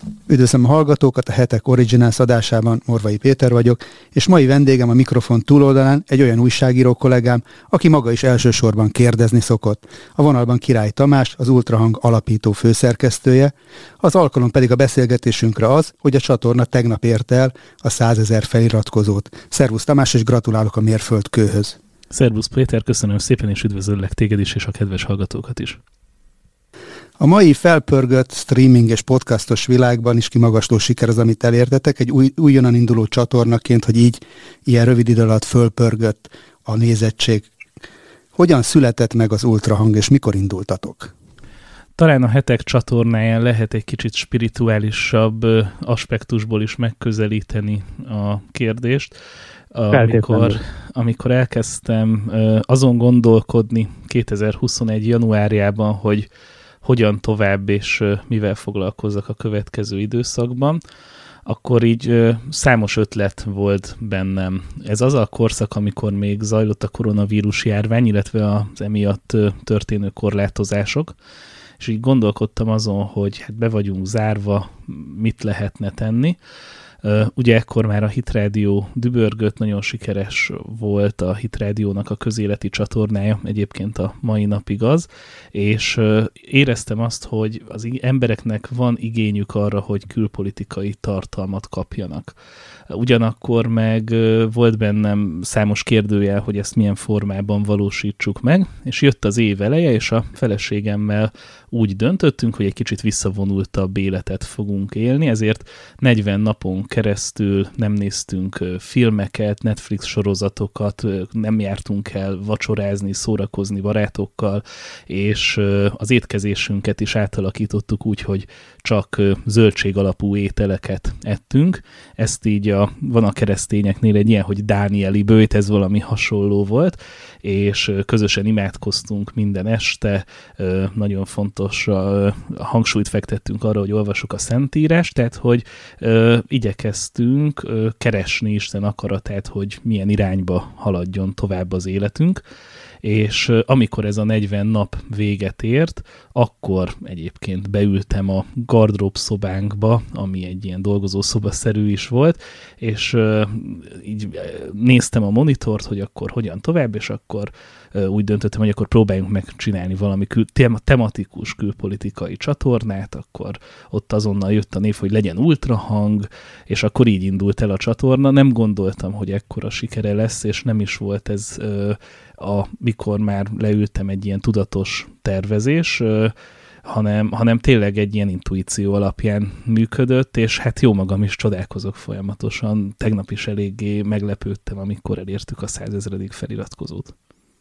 Üdvözlöm a hallgatókat, a Hetek Originals adásában Morvai Péter vagyok, és mai vendégem a mikrofon túloldalán egy olyan újságíró kollégám, aki maga is elsősorban kérdezni szokott. A vonalban Király Tamás, az Ultrahang alapító főszerkesztője, az alkalom pedig a beszélgetésünkre az, hogy a csatorna tegnap érte el a 100 000 feliratkozót. Szervusz Tamás, és gratulálok a mérföldkőhöz. Szervusz Péter, köszönöm szépen, és üdvözöllek téged is, és a kedves hallgatókat is. A mai felpörgött streaming és podcastos világban is kimagasló siker az, amit elértetek, egy újonnan induló csatornaként, hogy így ilyen rövid idő alatt fölpörgött a nézettség. Hogyan született meg az Ultrahang, és mikor indultatok? Talán a Hetek csatornáján lehet egy kicsit spirituálisabb aspektusból is megközelíteni a kérdést. Amikor elkezdtem azon gondolkodni 2021. januárjában, hogy hogyan tovább és mivel foglalkozzak a következő időszakban, akkor így számos ötlet volt bennem. Ez az a korszak, amikor még zajlott a koronavírus járvány, illetve az emiatt történő korlátozások, és így gondolkodtam azon, hogy hát be vagyunk zárva, mit lehetne tenni. Ugye ekkor már a Hitrádió dübörgött, nagyon sikeres volt a Hitrádiónak a közéleti csatornája, egyébként a mai napig az, és éreztem azt, hogy az embereknek van igényük arra, hogy külpolitikai tartalmat kapjanak. Ugyanakkor meg volt bennem számos kérdőjel, hogy ezt milyen formában valósítsuk meg, és jött az év eleje, és a feleségemmel úgy döntöttünk, hogy egy kicsit visszavonultabb életet fogunk élni, ezért 40 napon keresztül nem néztünk filmeket, Netflix sorozatokat, nem jártunk el vacsorázni, szórakozni barátokkal, és az étkezésünket is átalakítottuk úgy, hogy csak zöldség alapú ételeket ettünk. Ezt így van a keresztényeknél egy ilyen, hogy dánieli böjt, ez valami hasonló volt, és közösen imádkoztunk minden este, nagyon fontos, hangsúlyt fektettünk arra, hogy olvassuk a Szentírást, tehát hogy igyekeztünk keresni Isten akaratát, hogy milyen irányba haladjon tovább az életünk, és amikor ez a 40 nap véget ért, akkor egyébként beültem a gardrób szobánkba, ami egy ilyen dolgozószobaszerű is volt, és így néztem a monitort, hogy akkor hogyan tovább, és akkor úgy döntöttem, hogy akkor próbáljunk megcsinálni valami tematikus külpolitikai csatornát, akkor ott azonnal jött a név, hogy legyen Ultrahang, és akkor így indult el a csatorna. Nem gondoltam, hogy ekkora sikere lesz, és nem is volt ez mikor már leültem egy ilyen tudatos tervezés, hanem tényleg egy ilyen intuíció alapján működött, és hát jó magam is csodálkozok folyamatosan. Tegnap is eléggé meglepődtem, amikor elértük a 100 000. feliratkozót.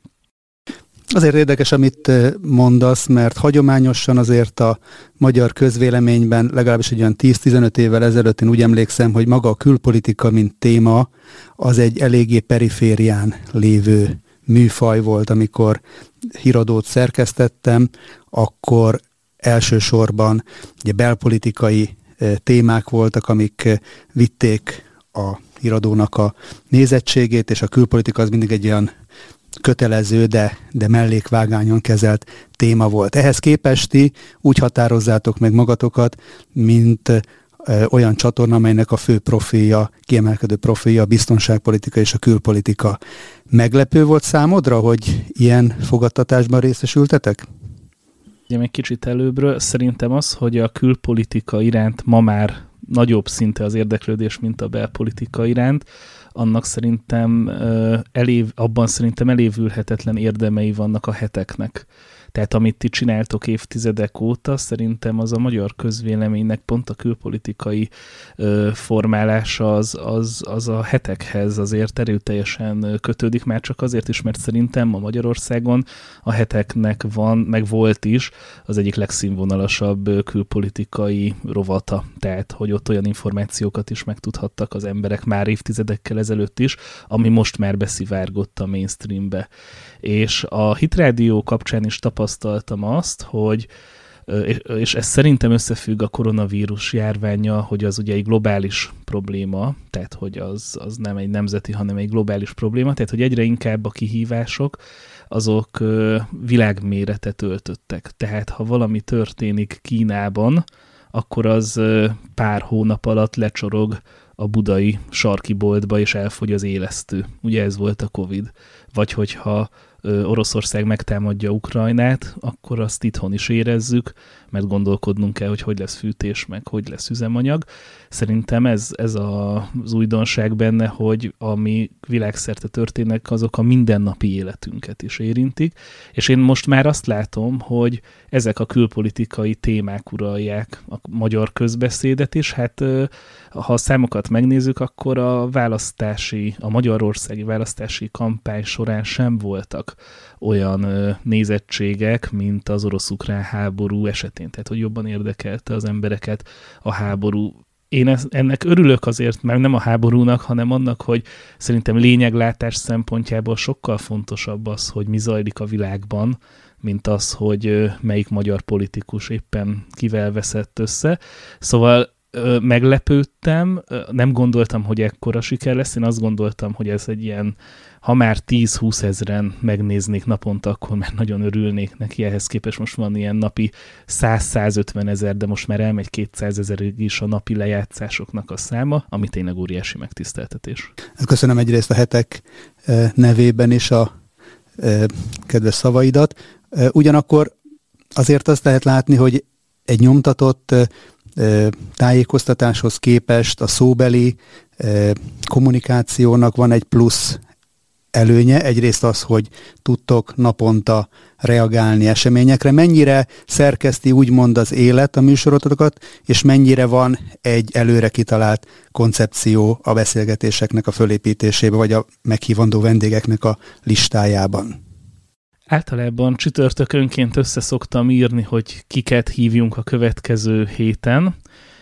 Azért érdekes, amit mondasz, mert hagyományosan azért a magyar közvéleményben legalábbis egy olyan 10-15 évvel ezelőtt én úgy emlékszem, hogy maga a külpolitika, mint téma, az egy eléggé periférián lévő műfaj volt. Amikor híradót szerkesztettem, akkor elsősorban ugye belpolitikai témák voltak, amik vitték a híradónak a nézettségét, és a külpolitika az mindig egy olyan kötelező, de mellékvágányon kezelt téma volt. Ehhez képest ti úgy határozzátok meg magatokat, mint olyan csatorna, amelynek a fő profilja, kiemelkedő profilja a biztonságpolitika és a külpolitika. Meglepő volt számodra, hogy ilyen fogadtatásban részesültetek? Ugye egy kicsit előbbről szerintem az, hogy a külpolitika iránt ma már nagyobb szinte az érdeklődés, mint a belpolitika iránt, annak szerintem abban szerintem elévülhetetlen érdemei vannak a Heteknek. Tehát amit ti csináltok évtizedek óta, szerintem az a magyar közvéleménynek pont a külpolitikai formálása az a Hetekhez azért erőteljesen kötődik, már csak azért is, mert szerintem ma Magyarországon a Heteknek van, meg volt is az egyik legszínvonalasabb külpolitikai rovata. Tehát, hogy ott olyan információkat is megtudhattak az emberek már évtizedekkel ezelőtt is, ami most már beszivárgott a mainstreambe. És a Hitrádió kapcsán is tapasztaltam azt, hogy és ez szerintem összefügg a koronavírus járvánnyal, hogy az ugye egy globális probléma, tehát hogy az nem egy nemzeti, hanem egy globális probléma, tehát hogy egyre inkább a kihívások azok világméretet öltöttek. Tehát ha valami történik Kínában, akkor az pár hónap alatt lecsorog a budai sarki boltba, és elfogy az élesztő. Ugye ez volt a Covid. Vagy hogyha Oroszország megtámadja Ukrajnát, akkor azt itthon is érezzük, mert gondolkodnunk kell, hogy lesz fűtés, meg hogy lesz üzemanyag. Szerintem ez az újdonság benne, hogy ami világszerte történnek, azok a mindennapi életünket is érintik, és én most már azt látom, hogy ezek a külpolitikai témák uralják a magyar közbeszédet is. Hát ha a számokat megnézzük, akkor a magyarországi választási kampány során sem voltak olyan nézettségek, mint az orosz-ukrán háború esetén. Tehát, hogy jobban érdekelte az embereket a háború. Én ennek örülök azért, mert nem a háborúnak, hanem annak, hogy szerintem lényeglátás szempontjából sokkal fontosabb az, hogy mi zajlik a világban, mint az, hogy melyik magyar politikus éppen kivel veszett össze. Szóval meglepődtem, nem gondoltam, hogy ekkora siker lesz, én azt gondoltam, hogy ez egy ilyen, ha már 10-20 ezeren megnéznék naponta, akkor már nagyon örülnék neki, ehhez képest most van ilyen napi 100-150 ezer, de most már elmegy 200 ezerig is a napi lejátszásoknak a száma, ami tényleg óriási megtiszteltetés. Köszönöm egyrészt a hetek nevében is a kedves szavaidat. Ugyanakkor azért azt lehet látni, hogy egy nyomtatott tájékoztatáshoz képest a szóbeli kommunikációnak van egy plusz előnye. Egyrészt az, hogy tudtok naponta reagálni eseményekre. Mennyire szerkeszti úgymond az élet a műsorotokat, és mennyire van egy előre kitalált koncepció a beszélgetéseknek a fölépítésébe, vagy a meghívandó vendégeknek a listájában? Általában csütörtökönként össze szoktam írni, hogy kiket hívjunk a következő héten,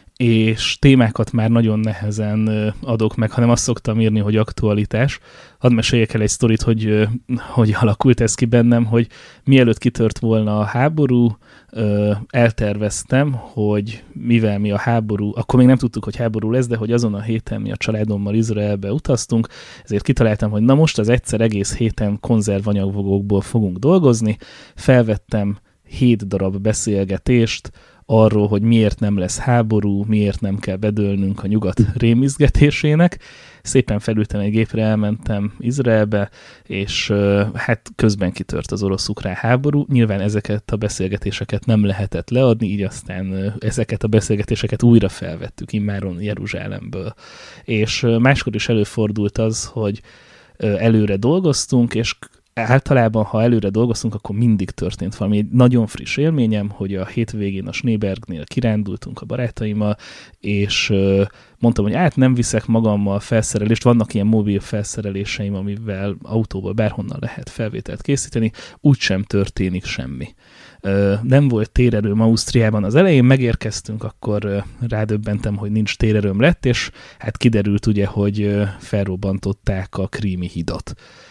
és témákat már nagyon nehezen adok meg, hanem azt szoktam írni, hogy aktualitás. Hadd meséljek el egy sztorit, hogy alakult ez ki bennem, hogy mielőtt kitört volna a háború, elterveztem, hogy mivel mi a háború, akkor még nem tudtuk, hogy háború lesz, de hogy azon a héten mi a családommal Izraelbe utaztunk, ezért kitaláltam, hogy na most az egyszer egész héten konzervanyagokból fogunk dolgozni. Felvettem 7 darab beszélgetést arról, hogy miért nem lesz háború, miért nem kell bedőlnünk a nyugat rémizgetésének. Szépen felültem egy gépre, elmentem Izraelbe, és hát közben kitört az orosz-ukrán háború. Nyilván ezeket a beszélgetéseket nem lehetett leadni, így aztán ezeket a beszélgetéseket újra felvettük immáron Jeruzsálemből. És máskor is előfordult az, hogy előre dolgoztunk, és általában, ha előre dolgoztunk, akkor mindig történt valami. Egy nagyon friss élményem, hogy a hétvégén a Schneebergnél kirándultunk a barátaimmal, és mondtam, hogy nem viszek magammal felszerelést, vannak ilyen mobil felszereléseim, amivel autóval bárhonnan lehet felvételt készíteni, úgysem történik semmi. Nem volt térerőm Ausztriában az elején, megérkeztünk, akkor rádöbbentem, hogy nincs térerőm lett, és hát kiderült ugye, hogy felrobbantották a krími hidat.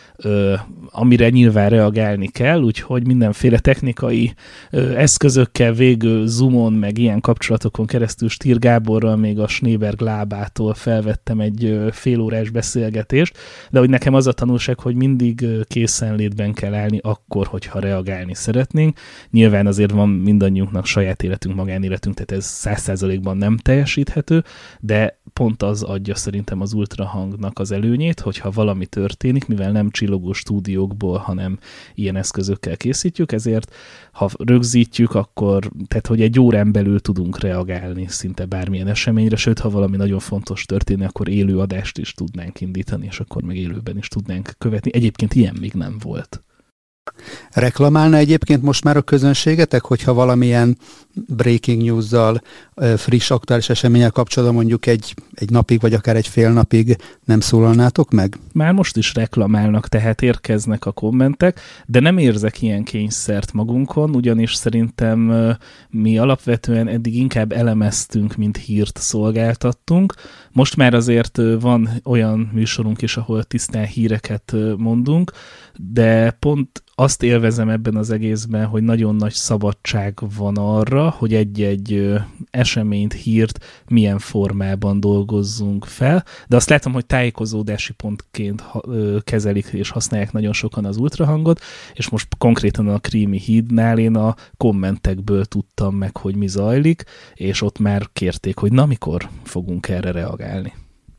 Amire nyilván reagálni kell, úgyhogy mindenféle technikai eszközökkel végül Zoomon, meg ilyen kapcsolatokon keresztül Stier Gáborral még a Schneeberg lábától felvettem egy félórás beszélgetést, de hogy nekem az a tanulság, hogy mindig készenlétben kell állni akkor, hogyha reagálni szeretnénk. Nyilván azért van mindannyiunknak saját életünk, magánéletünk, tehát ez 100%-ban nem teljesíthető, de pont az adja szerintem az ultrahangnak az előnyét, hogyha valami történik, mivel nem csillogó stúdiókból, hanem ilyen eszközökkel készítjük, ezért ha rögzítjük, akkor, tehát hogy egy órán belül tudunk reagálni szinte bármilyen eseményre, sőt, ha valami nagyon fontos történik, akkor élő adást is tudnánk indítani, és akkor meg élőben is tudnánk követni. Egyébként ilyen még nem volt. Reklamálna egyébként most már a közönségetek, hogyha valamilyen breaking news-zal, friss, aktuális eseménnyel kapcsolatban mondjuk egy napig, vagy akár egy fél napig nem szólalnátok meg? Már most is reklamálnak, tehát érkeznek a kommentek, de nem érzek ilyen kényszert magunkon, ugyanis szerintem mi alapvetően eddig inkább elemeztünk, mint hírt szolgáltattunk. Most már azért van olyan műsorunk is, ahol tisztán híreket mondunk, de pont azt élvezem ebben az egészben, hogy nagyon nagy szabadság van arra, hogy egy-egy eseményt, hírt milyen formában dolgozzunk fel, de azt látom, hogy tájékozódási pontként kezelik és használják nagyon sokan az ultrahangot, és most konkrétan a Krími hídnál én a kommentekből tudtam meg, hogy mi zajlik, és ott már kérték, hogy na, mikor fogunk erre reagálni.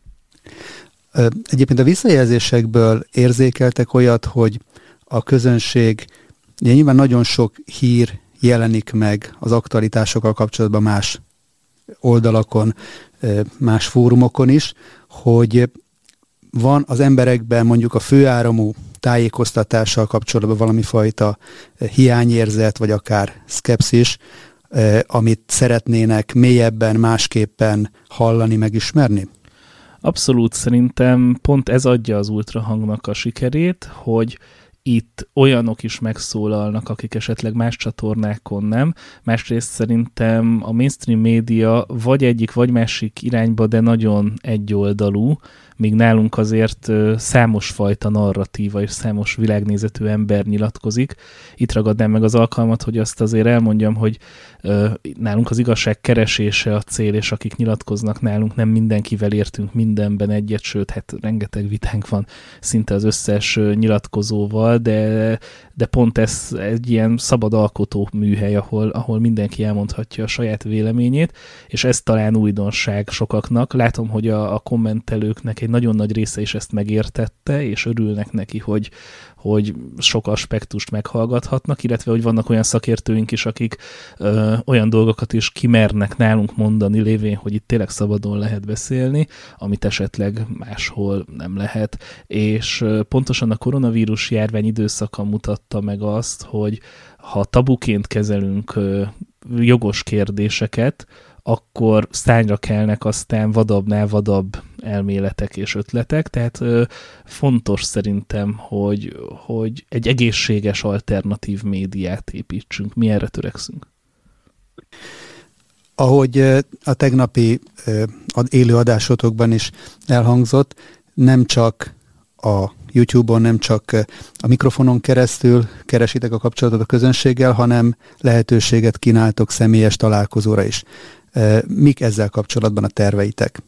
Egyébként a visszajelzésekből érzékeltek olyat, hogy a közönség, ugye nyilván nagyon sok hír jelenik meg az aktualitásokkal kapcsolatban más oldalakon, más fórumokon is, hogy van az emberekben mondjuk a főáramú tájékoztatással kapcsolatban valami fajta hiányérzet, vagy akár szkepszis, amit szeretnének mélyebben, másképpen hallani, megismerni? Abszolút, szerintem pont ez adja az ultrahangnak a sikerét, hogy itt olyanok is megszólalnak, akik esetleg más csatornákon nem. Másrészt szerintem a mainstream média vagy egyik, vagy másik irányba, de nagyon egyoldalú, míg nálunk azért számos fajta narratíva és számos világnézetű ember nyilatkozik. Itt ragadnám meg az alkalmat, hogy azt azért elmondjam, hogy nálunk az igazság keresése a cél, és akik nyilatkoznak nálunk, nem mindenkivel értünk mindenben egyet, sőt, hát rengeteg vitánk van szinte az összes nyilatkozóval, de pont ez egy ilyen szabad alkotó műhely, ahol mindenki elmondhatja a saját véleményét, és ez talán újdonság sokaknak. Látom, hogy a kommentelőknek egy nagyon nagy része is ezt megértette, és örülnek neki, hogy sok aspektust meghallgathatnak, illetve hogy vannak olyan szakértőink is, akik olyan dolgokat is kimernek nálunk mondani, lévén, hogy itt tényleg szabadon lehet beszélni, amit esetleg máshol nem lehet. És pontosan a koronavírus járvány időszaka mutatta meg azt, hogy ha tabuként kezelünk jogos kérdéseket, akkor szárnyra kelnek aztán vadabbnál vadabb elméletek és ötletek, tehát fontos szerintem, hogy egy egészséges alternatív médiát építsünk. Mi erre törekszünk. Ahogy a tegnapi élő adásotokban is elhangzott, nem csak a YouTube-on, nem csak a mikrofonon keresztül keresitek a kapcsolatot a közönséggel, hanem lehetőséget kínáltok személyes találkozóra is. Mik ezzel kapcsolatban a terveitek?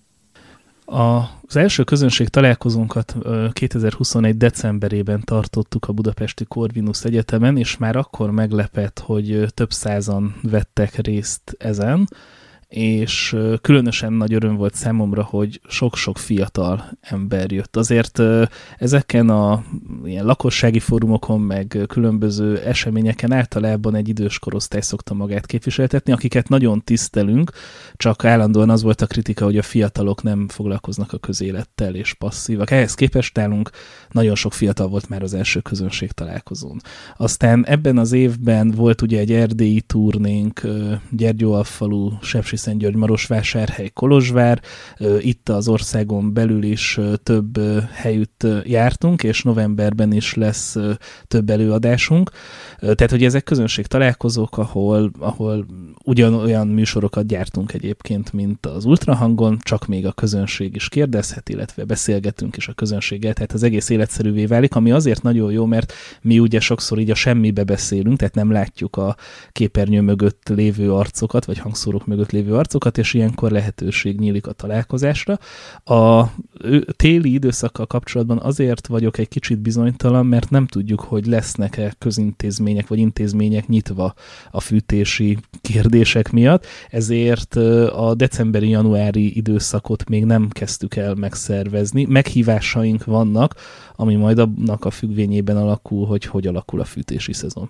Az első közönség találkozónkat 2021. decemberében tartottuk a Budapesti Corvinus Egyetemen, és már akkor meglepett, hogy több százan vettek részt ezen, és különösen nagy öröm volt számomra, hogy sok-sok fiatal ember jött. Azért ezeken a ilyen lakossági fórumokon, meg különböző eseményeken általában egy idős korosztály szokta magát képviseltetni, akiket nagyon tisztelünk, csak állandóan az volt a kritika, hogy a fiatalok nem foglalkoznak a közélettel és passzívak. Ehhez képest nálunk nagyon sok fiatal volt már az első közönség találkozón. Aztán ebben az évben volt ugye egy erdélyi turnénk, Gyergyóalfalu, Sepsiszentgyörgy, Marosvásárhely, Kolozsvár, itt az országon belül is több helyütt jártunk, és novemberben is lesz több előadásunk. Tehát, hogy ezek közönség találkozók, ahol ugyanolyan műsorokat gyártunk egyébként, mint az ultrahangon, csak még a közönség is kérdezhet, illetve beszélgetünk is a közönséggel, tehát az egész életszerűvé válik, ami azért nagyon jó, mert mi ugye sokszor így a semmibe beszélünk, tehát nem látjuk a képernyő mögött lévő arcokat, vagy hangszórók mögött lévő arcokat, és ilyenkor lehetőség nyílik a találkozásra. A téli időszakkal kapcsolatban azért vagyok egy kicsit bizonytalan, mert nem tudjuk, hogy lesznek-e közintézmények vagy intézmények nyitva a fűtési kérdések miatt, ezért a decemberi-januári időszakot még nem kezdtük el megszervezni. Meghívásaink vannak, ami majd annak a függvényében alakul, hogy alakul a fűtési szezon.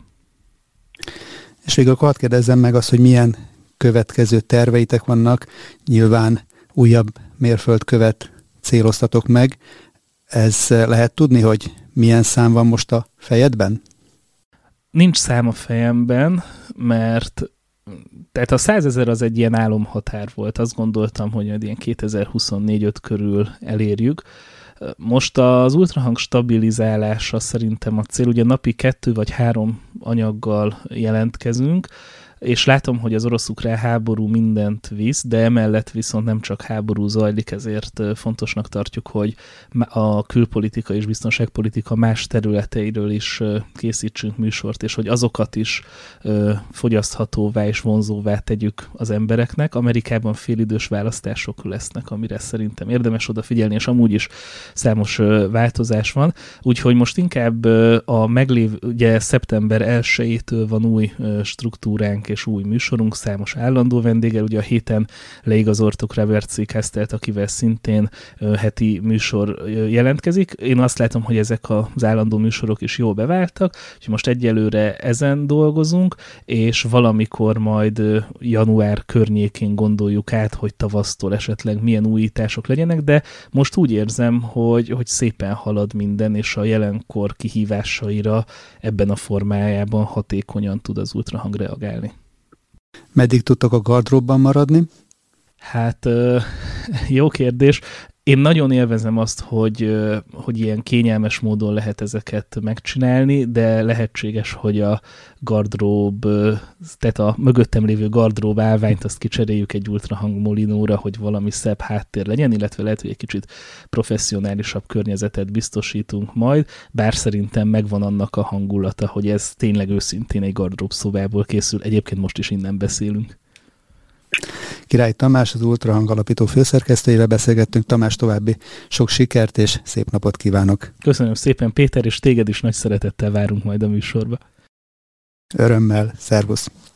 És végül hadd kérdezzem meg azt, hogy milyen következő terveitek vannak. Nyilván újabb mérföldkövet céloztatok meg. Ez lehet tudni, hogy milyen szám van most a fejedben? Nincs szám a fejemben, mert tehát a 100 000 az egy ilyen álomhatár volt. Azt gondoltam, hogy ilyen 2024-5 körül elérjük. Most az ultrahang stabilizálása szerintem a cél. Ugye napi 2 vagy 3 anyaggal jelentkezünk. és látom, hogy az orosz-ukrán háború mindent visz, de emellett viszont nem csak háború zajlik, ezért fontosnak tartjuk, hogy a külpolitika és biztonságpolitika más területeiről is készítsünk műsort, és hogy azokat is fogyaszthatóvá és vonzóvá tegyük az embereknek. Amerikában félidős választások lesznek, amire szerintem érdemes odafigyelni, és amúgy is számos változás van. Úgyhogy most inkább a meglévő, ugye szeptember 1-től van új struktúránk és új műsorunk, számos állandó vendéggel. Ugye a héten leigazoltuk Robert C. Castelt, akivel szintén heti műsor jelentkezik. Én azt látom, hogy ezek az állandó műsorok is jól beváltak, úgyhogy most egyelőre ezen dolgozunk, és valamikor majd január környékén gondoljuk át, hogy tavasztól esetleg milyen újítások legyenek, de most úgy érzem, hogy szépen halad minden, és a jelenkor kihívásaira ebben a formájában hatékonyan tud az ultrahang reagálni. Meddig tudtok a gardróbban maradni? Hát jó kérdés. Én nagyon élvezem azt, hogy ilyen kényelmes módon lehet ezeket megcsinálni, de lehetséges, hogy a gardrób, tehát a mögöttem lévő gardrób állványt azt kicseréljük egy ultrahang molinóra, hogy valami szebb háttér legyen, illetve lehet, hogy egy kicsit professzionálisabb környezetet biztosítunk majd, bár szerintem megvan annak a hangulata, hogy ez tényleg őszintén egy gardrób szobából készül. Egyébként most is innen beszélünk. Király Tamás, az Ultrahang alapító főszerkesztőjével beszélgettünk. Tamás, további sok sikert és szép napot kívánok. Köszönöm szépen, Péter, és téged is nagy szeretettel várunk majd a műsorba. Örömmel, szervusz!